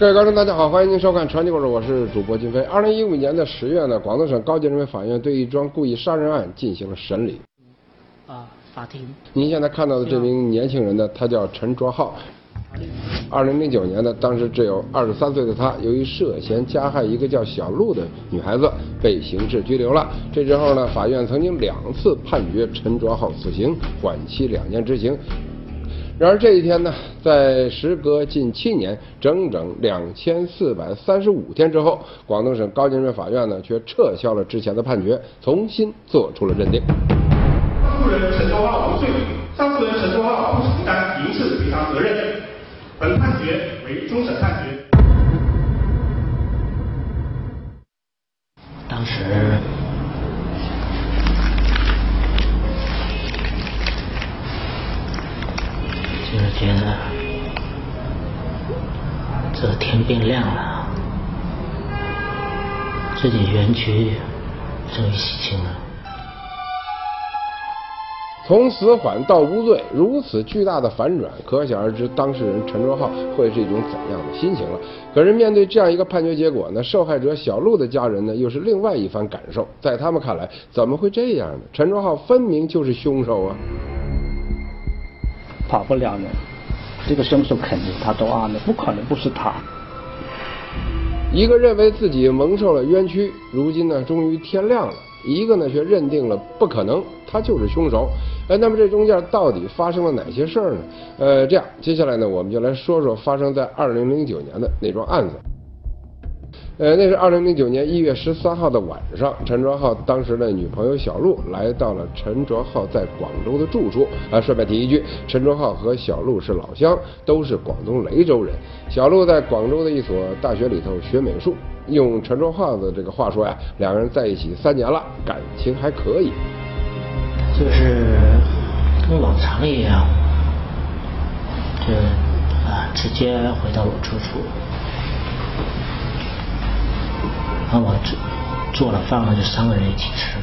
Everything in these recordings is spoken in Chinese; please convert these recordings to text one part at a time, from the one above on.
各位观众，大家好，欢迎您收看《传奇故事》，我是主播金飞。2015年的10月呢，广东省高级人民法院对一桩故意杀人案进行了审理。 法庭。 您现在看到的这名年轻人呢，他叫陈卓浩。2009年呢，当时只有23岁的他，由于涉嫌加害一个叫小陆的女孩子，被刑事拘留了。这之后呢，法院曾经2次判决陈卓浩死刑，缓期2年执行。然而这一天呢，在时隔近7年，整整2435天之后，广东省高级人民法院呢却撤销了之前的判决，重新做出了认定。 上诉人陈卓浩无罪，上诉人陈卓浩不承担刑事赔偿责任。本判决为终审判决。 当时就是觉得这个天变亮了，自己冤屈终于洗清了。 从死缓到无罪，如此巨大的反转，可想而知当事人陈卓浩会是一种怎样的心情了。可是面对这样一个判决结果呢，受害者小陆的家人呢又是另外一番感受。在他们看来，怎么会这样呢？陈卓浩分明就是凶手啊！ 跑不了了，这个凶手肯定他作案的，不可能不是他。 一个认为自己蒙受了冤屈，如今呢终于天亮了；一个呢却认定了不可能，他就是凶手。那么这中间到底发生了哪些事儿呢？这样接下来呢，我们就来说说发生在2009年的那桩案子。那是2009年1月13号的晚上，陈卓浩当时的女朋友小陆来到了陈卓浩在广州的住处。顺便提一句，陈卓浩和小陆是老乡，都是广东雷州人。小陆在广州的一所大学里头学美术。用陈卓浩的这个话说呀，两个人在一起3年了，感情还可以。 就是跟往常一样，就直接回到我住处。然后我做了饭了，就3个人一起吃。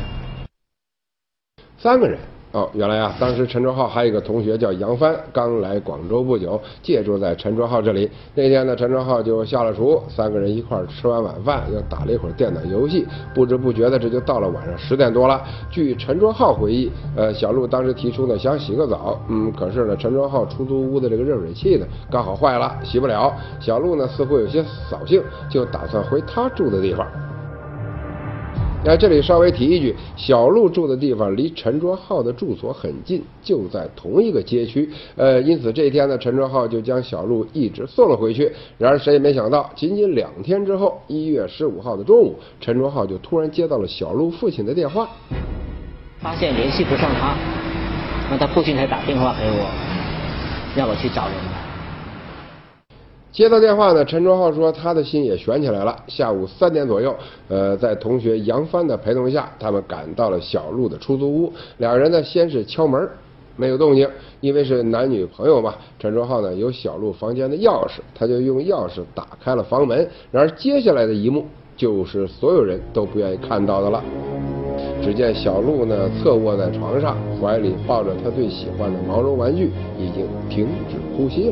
3个人哦，原来啊，当时陈卓浩还有一个同学叫杨帆，刚来广州不久，借住在陈卓浩这里。那天呢，陈卓浩就下了厨，3个人一块吃完晚饭，又打了一会儿电脑游戏，不知不觉的这就到了晚上10点多了。据陈卓浩回忆，小陆当时提出呢想洗个澡，可是呢陈卓浩出租屋的这个热水器呢刚好坏了，洗不了。小陆呢似乎有些扫兴，就打算回他住的地方。这里稍微提一句，小陆住的地方离陈卓浩的住所很近，就在同一个街区。因此这一天呢，陈卓浩就将小陆一直送了回去。然而谁也没想到，仅仅2天之后，1月15号的中午，陈卓浩就突然接到了小陆父亲的电话， 发现联系不上他，那他父亲才打电话给我，让我去找人。 接到电话呢，陈卓浩说他的心也悬起来了。下午3点左右，在同学杨帆的陪同下，他们赶到了小陆的出租屋。2人呢先是敲门，没有动静，因为是男女朋友嘛。陈卓浩呢有小陆房间的钥匙，他就用钥匙打开了房门。然而接下来的一幕就是所有人都不愿意看到的了。只见小陆呢侧卧在床上，怀里抱着他最喜欢的毛绒玩具，已经停止呼吸了。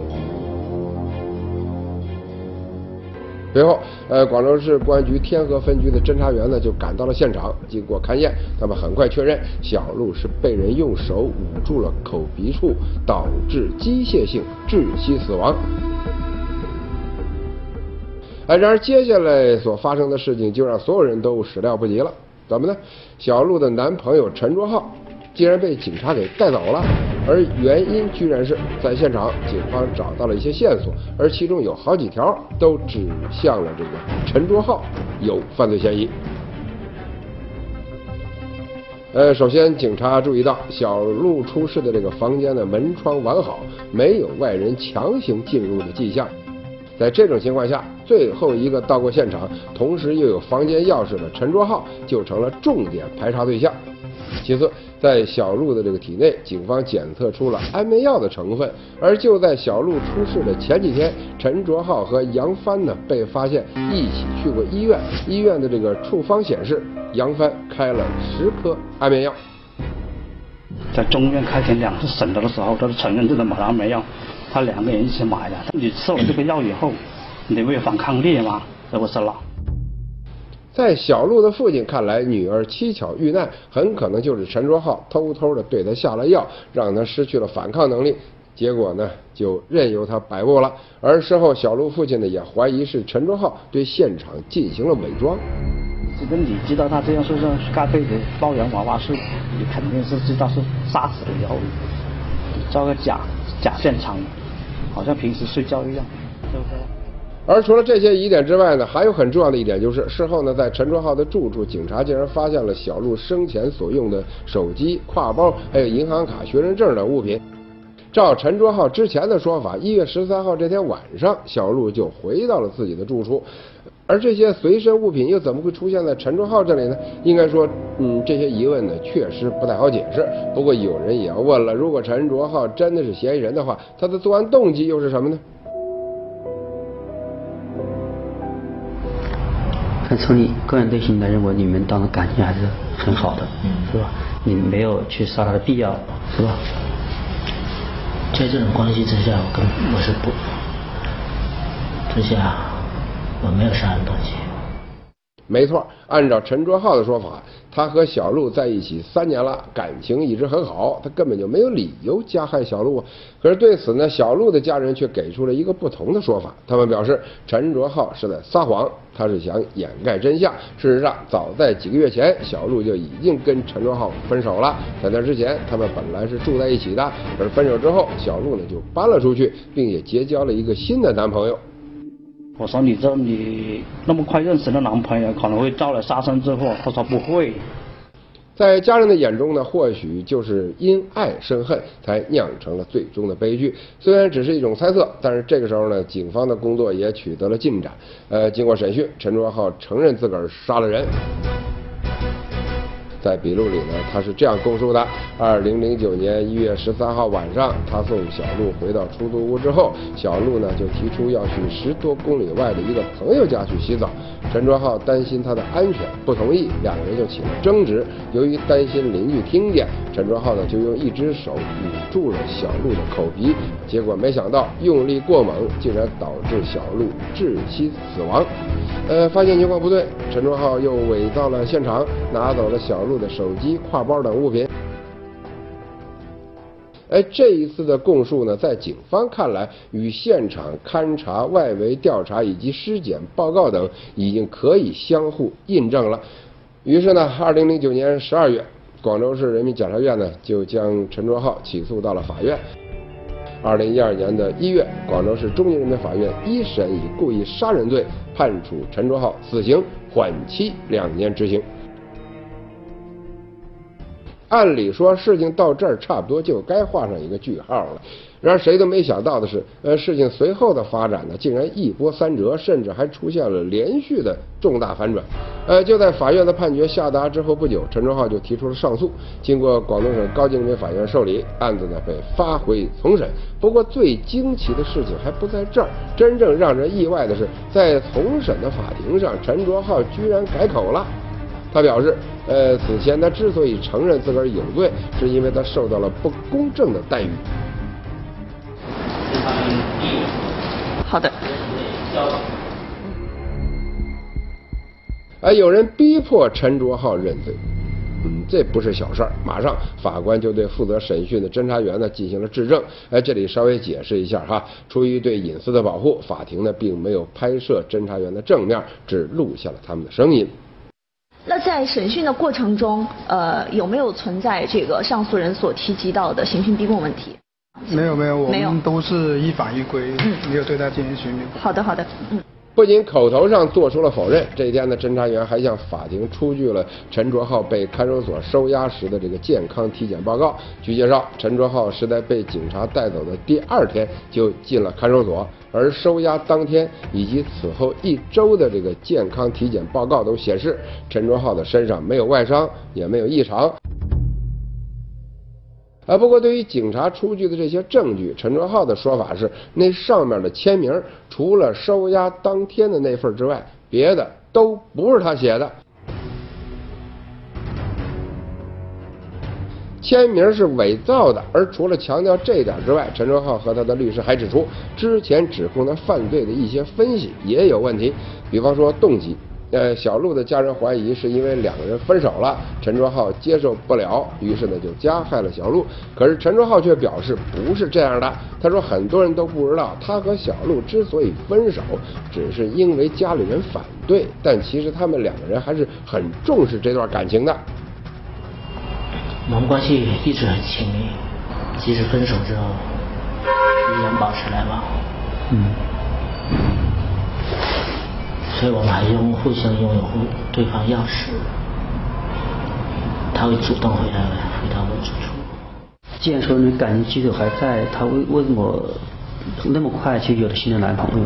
随后，广州市公安局天河分局的侦查员呢就赶到了现场。经过勘验，他们很快确认小陆是被人用手捂住了口鼻处，导致机械性窒息死亡。然而接下来所发生的事情就让所有人都始料不及了。怎么呢？小陆的男朋友陈卓浩竟然被警察给带走了，而原因居然是在现场警方找到了一些线索，而其中有好几条都指向了这个陈卓浩有犯罪嫌疑。首先警察注意到小陆出事的这个房间的门窗完好，没有外人强行进入的迹象。在这种情况下，最后一个到过现场，同时又有房间钥匙的陈卓浩就成了重点排查对象。其次，在小陆的这个体内，警方检测出了安眠药的成分。而就在小陆出事的前几天，陈卓浩和杨帆呢被发现一起去过医院。医院的这个处方显示，杨帆开了10颗安眠药。 在中医院开庭2次审的时候，都是承认这种买安眠药，他2个人一起买的。你吃了这个药以后， 你没有反抗力嘛，是不是了？ 在小陆的父亲看来，女儿蹊跷遇难，很可能就是陈卓浩偷偷的对她下了药，让她失去了反抗能力。结果呢，就任由他摆布了。而事后，小陆父亲呢也怀疑是陈卓浩对现场进行了伪装。 这个你知道他这样是盖被子包洋娃娃是，你肯定是知道是杀死了以后，造个假现场，好像平时睡觉一样，对不对？ 而除了这些疑点之外呢，还有很重要的一点就是，事后呢，在陈卓浩的住处，警察竟然发现了小陆生前所用的手机、挎包，还有银行卡、学生证等物品。照陈卓浩之前的说法，1月13号这天晚上，小陆就回到了自己的住处。而这些随身物品又怎么会出现在陈卓浩这里呢？应该说，这些疑问呢确实不太好解释。不过有人也要问了，如果陈卓浩真的是嫌疑人的话，他的作案动机又是什么呢？ 但从你个人类型来认为，你们当然感情还是很好的，是吧？你没有去杀他的必要，是吧？ 在这种关系之下，我没有杀人动机。 没错，按照陈卓浩的说法，他和小陆在一起3年了，感情一直很好，他根本就没有理由加害小陆。可是对此呢，小陆的家人却给出了一个不同的说法。他们表示，陈卓浩是在撒谎，他是想掩盖真相。事实上，早在几个月前，小陆就已经跟陈卓浩分手了。在那之前，他们本来是住在一起的，而分手之后，小陆呢就搬了出去，并且结交了一个新的男朋友。 我说你那么快认识的男朋友，可能会招来杀身之祸。他说不会。 在家人的眼中呢，或许就是因爱生恨，才酿成了最终的悲剧。虽然只是一种猜测，但是这个时候呢，警方的工作也取得了进展。经过审讯，陈卓浩承认自个儿杀了人。在笔录里呢，他是这样供述的：2009年1月13号晚上，他送小陆回到出租屋之后，小陆呢就提出要去10多公里外的一个朋友家去洗澡。陈卓浩担心他的安全，不同意，两个人就起了争执。由于担心邻居听见，陈卓浩呢就用一只手捂住了小陆的口鼻，结果没想到用力过猛，竟然导致小陆窒息死亡。发现情况不对，陈卓浩又伪造了现场，拿走了小陆的手机、挎包等物品。这一次的供述呢，在警方看来，与现场勘查、外围调查以及尸检报告等已经可以相互印证了。于是呢，2009年12月，广州市人民检察院呢就将陈卓浩起诉到了法院。2012年1月，广州市中级人民法院一审以故意杀人罪判处陈卓浩死刑，缓期2年执行。按理说事情到这儿差不多就该画上一个句号了，然而谁都没想到的是，事情随后的发展呢，竟然一波三折，甚至还出现了连续的重大反转。就在法院的判决下达之后不久，陈卓浩就提出了上诉。经过广东省高级人民法院受理，案子呢被发回重审。不过最惊奇的事情还不在这儿，真正让人意外的是，在重审的法庭上，陈卓浩居然改口了。他表示，此前他之所以承认自个儿有罪，是因为他受到了不公正的待遇。 好的。 有人逼迫陈卓浩认罪，这不是小事儿。马上法官就对负责审讯的侦查员呢进行了质证。这里稍微解释一下哈，出于对隐私的保护，法庭呢并没有拍摄侦查员的正面，只录下了他们的声音。 那在审讯的过程中，有没有存在这个上诉人所提及到的刑讯逼供问题？ 没有，我们都是依法依规，没有对他进行询问。 好的。 不仅口头上做出了否认，这一天的侦查员还向法庭出具了陈卓浩被看守所收押时的这个健康体检报告。据介绍，陈卓浩是在被警察带走的第2天就进了看守所，而收押当天以及此后1周的这个健康体检报告都显示，陈卓浩的身上没有外伤，也没有异常。不过对于警察出具的这些证据，陈卓浩的说法是，那上面的签名除了收押当天的那份之外，别的都不是他写的。 签名是伪造的。而除了强调这一点之外，陈忠浩和他的律师还指出，之前指控他犯罪的一些分析也有问题，比方说动机。小陆的家人怀疑是因为两个人分手了，陈忠浩接受不了，于是呢就加害了小陆。可是陈忠浩却表示不是这样的，他说很多人都不知道，他和小陆之所以分手，只是因为家里人反对，但其实他们两个人还是很重视这段感情的。 我们关系一直很亲密，即使分手之后，依然保持来往。所以我们还互相拥有对方钥匙，他会主动回到我住处。 既然说你感情基础还在，他为什么那么快就有了新的男朋友？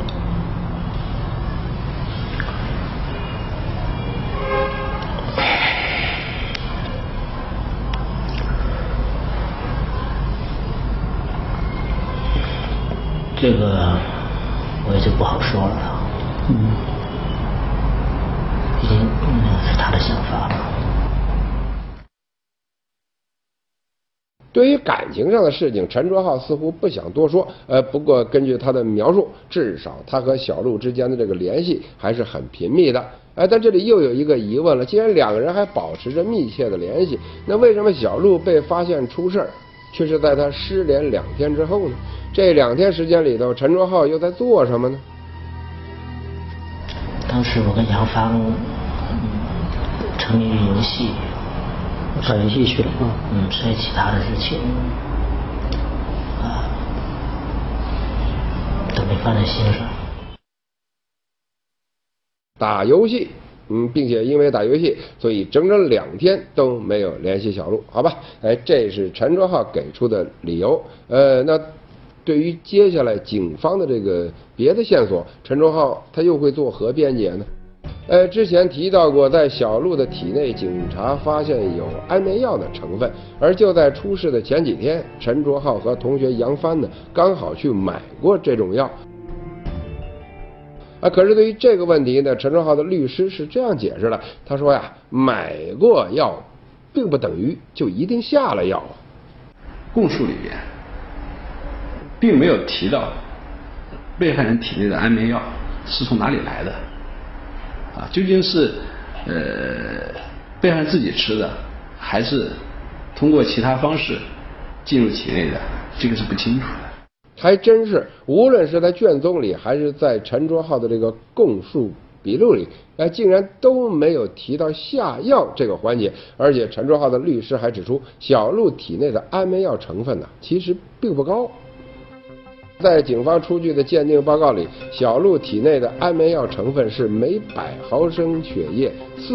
这个我也就不好说了。毕竟是他的想法。 对于感情上的事情，陈忠浩似乎不想多说。不过根据他的描述，至少他和小陆之间的这个联系还是很频密的。但这里又有一个疑问了：既然两个人还保持着密切的联系，那为什么小陆被发现出事儿，却是在他失联2天之后呢？这2天时间里头，陈忠浩又在做什么呢？ 当时我跟杨芳沉迷于游戏， 打游戏去了所以其他的事情都没放在心上。 打游戏，并且因为打游戏，所以整整2天都没有联系小陆，好吧？这是陈忠浩给出的理由。那对于接下来警方的这个别的线索，陈忠浩他又会作何辩解呢？之前提到过，在小陆的体内，警察发现有安眠药的成分，而就在出事的前几天，陈忠浩和同学杨帆呢，刚好去买过这种药。可是对于这个问题呢，陈忠浩的律师是这样解释的，他说呀，买过药，并不等于就一定下了药啊。 供述里边并没有提到被害人体内的安眠药是从哪里来的，究竟是被害人自己吃的，还是通过其他方式进入体内的，这个是不清楚的。 还真是，无论是在卷宗里，还是在陈忠浩的这个供述笔录里，竟然都没有提到下药这个环节。而且陈忠浩的律师还指出，小陆体内的安眠药成分呢，其实并不高。在警方出具的鉴定报告里，小陆体内的安眠药成分是每100毫升血液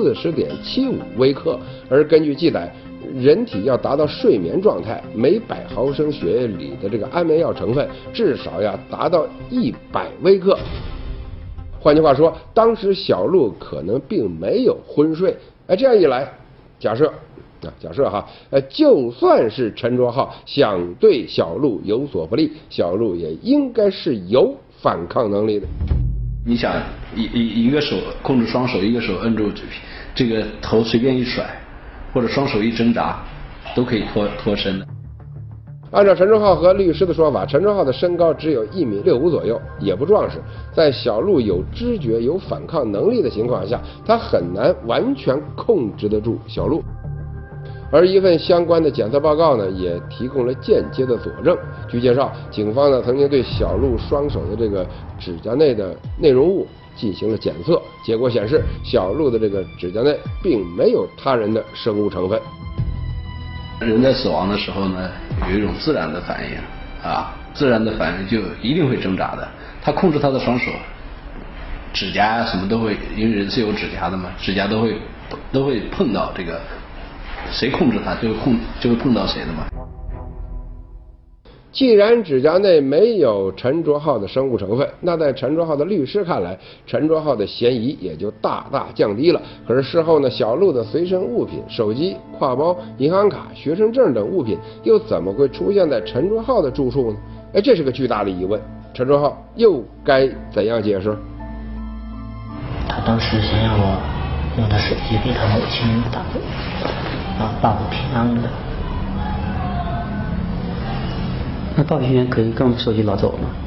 40.75微克，而根据记载，人体要达到睡眠状态，每100毫升血液里的这个安眠药成分至少要达到100微克。换句话说，当时小陆可能并没有昏睡。这样一来，假设哈，就算是陈忠浩想对小陆有所不利，小陆也应该是有反抗能力的。 你想一个手控制双手，一个手摁住这个头随便一甩，或者双手一挣扎，都可以脱身的。 按照陈忠浩和律师的说法，陈忠浩的身高只有1.65米左右，也不壮实。在小陆有知觉、有反抗能力的情况下，他很难完全控制得住小陆。而一份相关的检测报告呢，也提供了间接的佐证。据介绍，警方呢曾经对小陆双手的这个指甲内的内容物进行了检测，结果显示小陆的这个指甲内并没有他人的生物成分。 人在死亡的时候呢，有一种自然的反应自然的反应就一定会挣扎的。他控制他的双手，指甲什么都会，因为人是有指甲的嘛，指甲都会碰到这个。谁控制它就会碰到谁的嘛。 既然指甲内没有陈忠浩的生物成分，那在陈忠浩的律师看来，陈忠浩的嫌疑也就大大降低了。可是事后呢，小陆的随身物品、手机、挎包、银行卡、学生证等物品又怎么会出现在陈忠浩的住处呢？这是个巨大的疑问。陈忠浩又该怎样解释？ 他当时想让我用他手机给他母亲打报个平安的， 那报平安可以跟我们手机拿走吗？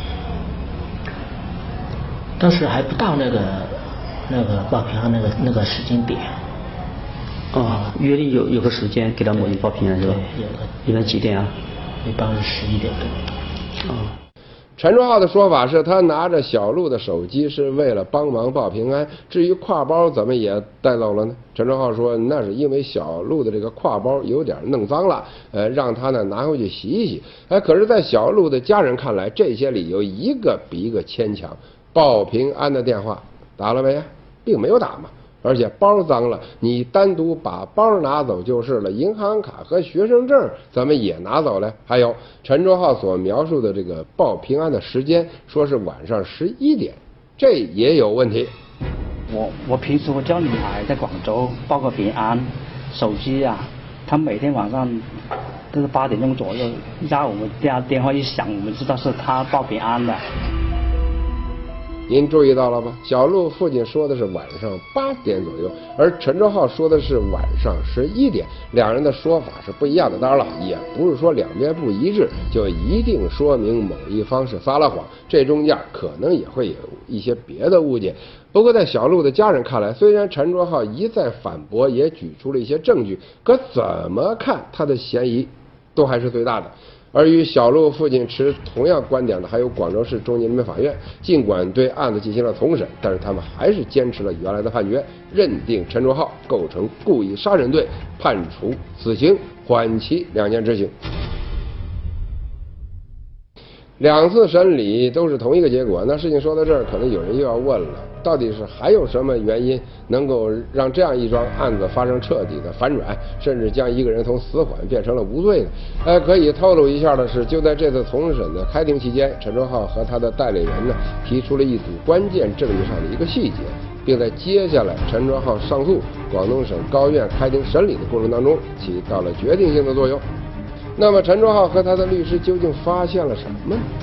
当时还不到那个报平安那个时间点。 约定有个时间给他模拟报平安是吧？ 对，有的。 一般几点啊？ 一般是11点多。 陈卓浩的说法是他拿着小陆的手机是为了帮忙报平安，至于挎包怎么也带走了呢？陈卓浩说那是因为小陆的这个挎包有点弄脏了，让他呢拿回去洗一洗。可是在小陆的家人看来，这些理由一个比一个牵强。报平安的电话打了没啊？并没有打嘛。而且包脏了，你单独把包拿走就是了，银行卡和学生证怎么也拿走了？还有陈卓浩所描述的这个报平安的时间，说是晚上11点，这也有问题。 我平时我叫女孩在广州报个平安，手机啊，她每天晚上都是8点钟左右，压我们电话一响，我们知道是她报平安的。 您注意到了吧？小陆父亲说的是晚上8点左右，而陈卓浩说的是晚上11点，两人的说法是不一样的。当然了，也不是说两边不一致就一定说明某一方是撒了谎，这中间可能也会有一些别的误解。不过在小陆的家人看来，虽然陈卓浩一再反驳，也举出了一些证据，可怎么看他的嫌疑都还是最大的。而与小陆父亲持同样观点的还有广州市中级人民法院，尽管对案子进行了重审，但是他们还是坚持了原来的判决，认定陈卓浩构成故意杀人罪，判处死刑，缓期2年执行。2次审理都是同一个结果，那事情说到这儿，可能有人又要问了，到底是还有什么原因能够让这样一桩案子发生彻底的反转，甚至将一个人从死缓变成了无罪呢？可以透露一下的是，就在这次重审的开庭期间，陈卓浩和他的代理人呢提出了一组关键证据上的一个细节，并在接下来陈卓浩上诉广东省高院开庭审理的过程当中起到了决定性的作用。那么陈卓浩和他的律师究竟发现了什么呢？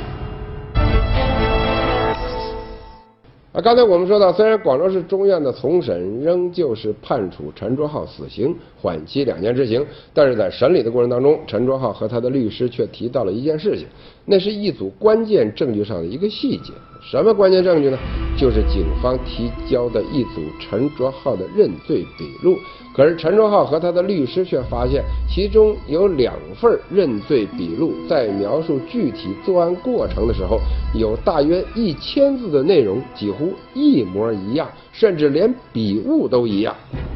刚才我们说到，虽然广州市中院的重审仍旧是判处陈卓浩死刑，缓期2年执行，但是在审理的过程当中，陈卓浩和他的律师却提到了一件事情，那是一组关键证据上的一个细节。什么关键证据呢？就是警方提交的一组陈卓浩的认罪笔录。可是陈卓浩和他的律师却发现，其中有2份认罪笔录在描述具体作案过程的时候，有大约1000字的内容几乎一模一样，甚至连笔误都一样。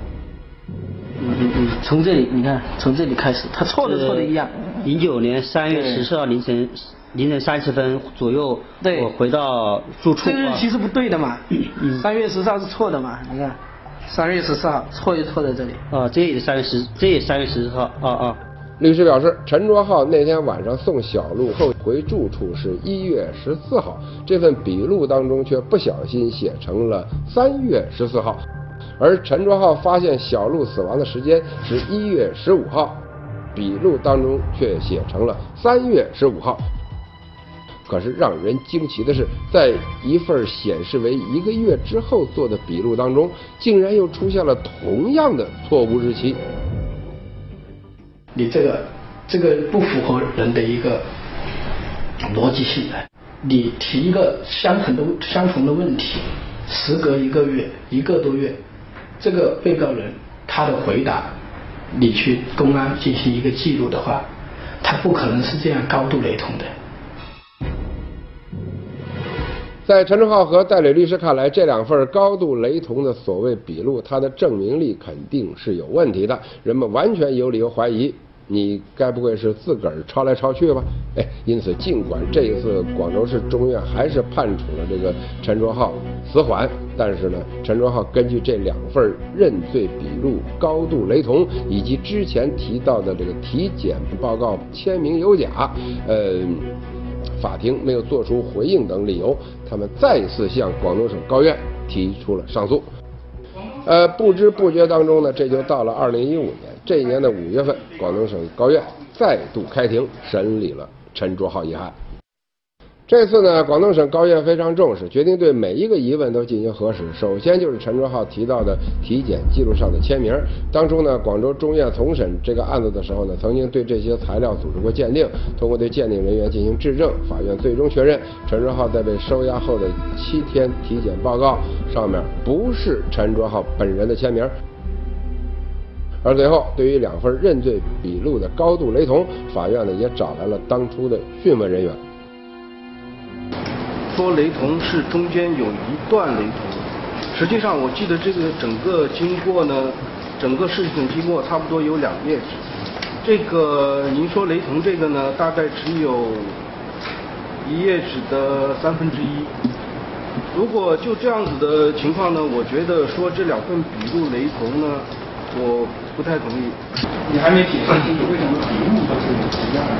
从这里你看，从这里开始，他错的一样。 09年3月14号凌晨30分左右， 对， 我回到住处。 这个日期是不对的嘛？3月14号是错的嘛？你看，3月14号错就错在这里。 这也3月14号。 律师表示，陈卓浩那天晚上送小陆后回住处是1月14号，这份笔录当中却不小心写成了3月14号，而陈卓浩发现小陆死亡的时间是1月15号，笔录当中却写成了3月15号。可是让人惊奇的是，在一份显示为1个月之后做的笔录当中，竟然又出现了同样的错误日期。 你这个不符合人的一个逻辑性的。你提一个相同的问题，时隔1个月1个多月，这个被告人他的回答，你去公安进行一个记录的话，他不可能是这样高度雷同的。 在陈卓浩和代理律师看来，这2份高度雷同的所谓笔录，它的证明力肯定是有问题的，人们完全有理由怀疑你该不会是自个儿抄来抄去吧？因此尽管这一次广州市中院还是判处了这个陈卓浩死缓，但是呢，陈卓浩根据这2份认罪笔录高度雷同，以及之前提到的这个体检报告签名有假，法庭没有做出回应等理由，他们再次向广东省高院提出了上诉。不知不觉当中呢，这就到了2015年，这一年的5月份，广东省高院再度开庭审理了陈卓浩一案。 这次呢，广东省高院非常重视，决定对每一个疑问都进行核实。首先就是陈卓浩提到的体检记录上的签名。当初呢，广州中院重审这个案子的时候呢，曾经对这些材料组织过鉴定，通过对鉴定人员进行质证，法院最终确认陈卓浩在被收押后的7天体检报告上面不是陈卓浩本人的签名。而最后，对于2份认罪笔录的高度雷同，法院呢也找来了当初的讯问人员。 说雷同是中间有一段雷同，实际上我记得这个整个经过呢，整个事情经过差不多有2页纸。这个您说雷同这个呢，大概只有1页纸的1/3。如果就这样子的情况呢，我觉得说这2份笔录雷同呢，我不太同意。 你还没解释清楚为什么笔录都是一样的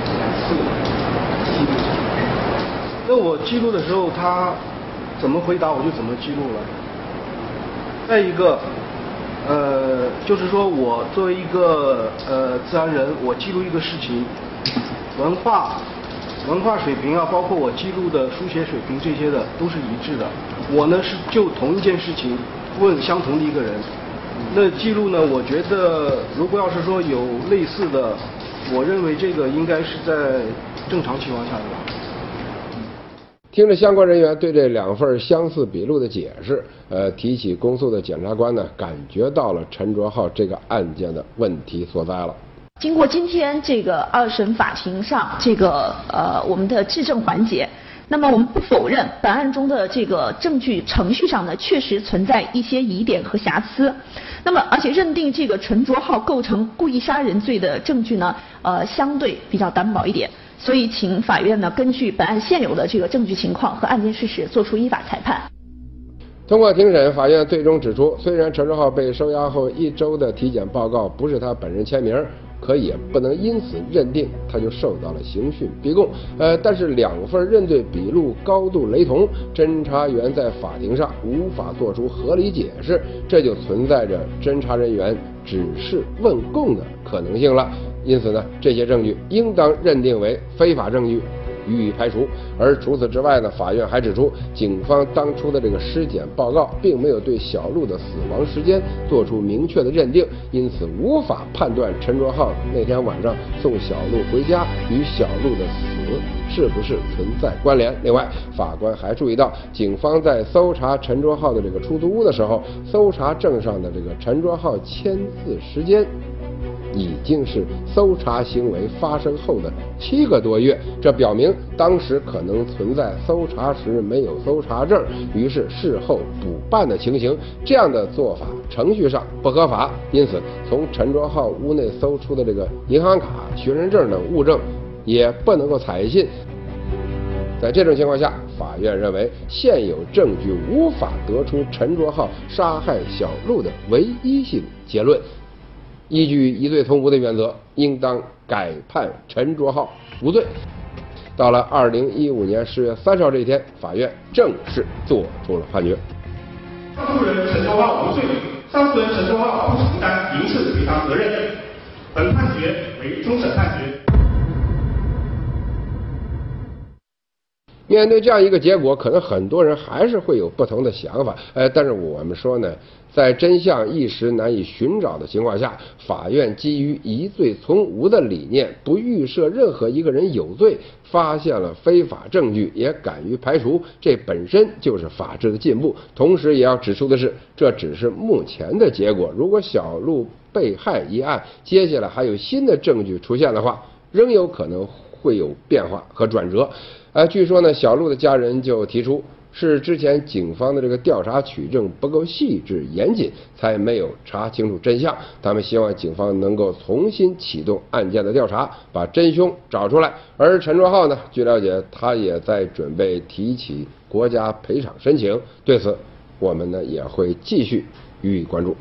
2次记录。 那我记录的时候，他怎么回答我就怎么记录了。再一个，就是说我作为一个自然人，我记录一个事情，文化水平啊，包括我记录的书写水平这些的都是一致的。我呢是就同一件事情问相同的一个人，那记录呢，我觉得如果要是说有类似的，我认为这个应该是在正常情况下的吧。 听着相关人员对这2份相似笔录的解释，提起公诉的检察官呢，感觉到了陈卓浩这个案件的问题所在了。 经过今天这个2审法庭上这个我们的质证环节，那么我们不否认本案中的这个证据程序上呢，确实存在一些疑点和瑕疵。那么而且认定这个陈卓浩构成故意杀人罪的证据呢，相对比较单薄一点。所以，请法院呢根据本案现有的这个证据情况和案件事实，作出依法裁判。 通过庭审，法院最终指出，虽然陈卓浩被收押后1周的体检报告不是他本人签名，可也不能因此认定他就受到了刑讯逼供。但是2份认罪笔录高度雷同，侦查员在法庭上无法做出合理解释，这就存在着侦查人员指示问供的可能性了。因此呢，这些证据应当认定为非法证据，予以排除。而除此之外呢，法院还指出，警方当初的这个尸检报告并没有对小陆的死亡时间做出明确的认定，因此无法判断陈卓浩那天晚上送小陆回家与小陆的死是不是存在关联。另外，法官还注意到，警方在搜查陈卓浩的这个出租屋的时候，搜查证上的这个陈卓浩签字时间已经是搜查行为发生后的7个多月，这表明当时可能存在搜查时没有搜查证，于是事后补办的情形。这样的做法程序上不合法，因此从陈卓浩屋内搜出的这个银行卡、学生证等物证也不能够采信。在这种情况下，法院认为现有证据无法得出陈卓浩杀害小陆的唯一性结论，依据疑罪从无的原则，应当改判陈卓浩无罪。到了2015年10月30号这一天，法院正式作出了判决。 上诉人陈卓浩无罪，上诉人陈卓浩不承担刑事赔偿责任。本判决为终审判决。 面对这样一个结果，可能很多人还是会有不同的想法。但是我们说呢，在真相一时难以寻找的情况下，法院基于疑罪从无的理念，不预设任何一个人有罪，发现了非法证据也敢于排除，这本身就是法治的进步。同时也要指出的是，这只是目前的结果。如果小陆被害一案接下来还有新的证据出现的话，仍有可能会有变化和转折。据说呢，小陆的家人就提出，是之前警方的这个调查取证不够细致严谨，才没有查清楚真相。他们希望警方能够重新启动案件的调查，把真凶找出来。而陈卓浩呢，据了解，他也在准备提起国家赔偿申请，对此我们呢也会继续予以关注。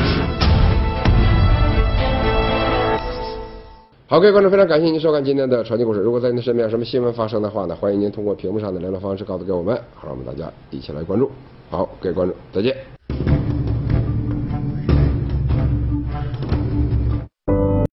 好，各位观众，非常感谢您收看今天的传奇故事。如果在您身边有什么新闻发生的话呢，欢迎您通过屏幕上的联络方式告诉给我们，好，让我们大家一起来关注。好，各位观众，再见。